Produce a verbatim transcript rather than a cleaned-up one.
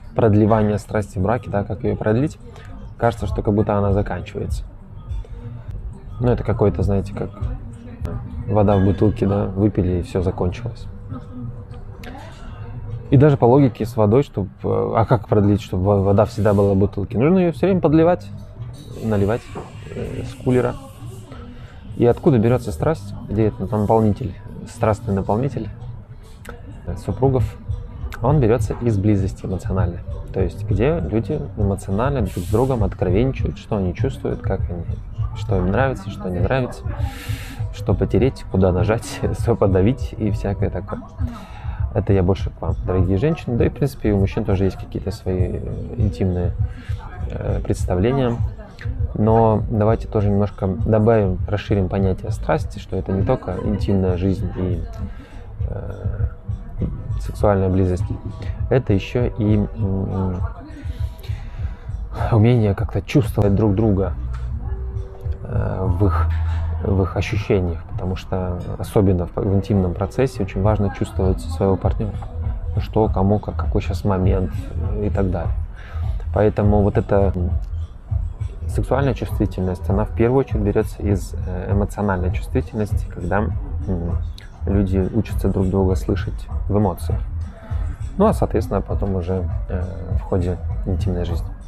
продлевания страсти в браке, да, как ее продлить, кажется, что как будто она заканчивается. Ну, это какой-то, знаете, как вода в бутылке, да, выпили и все закончилось. И даже по логике с водой, чтобы, а как продлить, чтобы вода всегда была в бутылке? Нужно ее все время подливать, наливать э, с кулера. И откуда берется страсть? Где этот наполнитель, страстный наполнитель супругов? Он берется из близости эмоциональной. То есть где люди эмоционально друг с другом откровенничают, что они чувствуют, как они, что им нравится, что не нравится, что потереть, куда нажать, что подавить и всякое такое. Это я больше к вам, дорогие женщины. Да и, в принципе, у мужчин тоже есть какие-то свои интимные э, представления. Но давайте тоже немножко добавим, расширим понятие страсти, что это не только интимная жизнь и э, сексуальная близость. Это еще и э, умение как-то чувствовать друг друга э, в их в их ощущениях, потому что особенно в, в интимном процессе очень важно чувствовать своего партнера, что, кому, как, какой сейчас момент и так далее. Поэтому вот эта сексуальная чувствительность, она в первую очередь берется из эмоциональной чувствительности, когда люди учатся друг друга слышать в эмоциях. Ну а соответственно потом уже э, в ходе интимной жизни.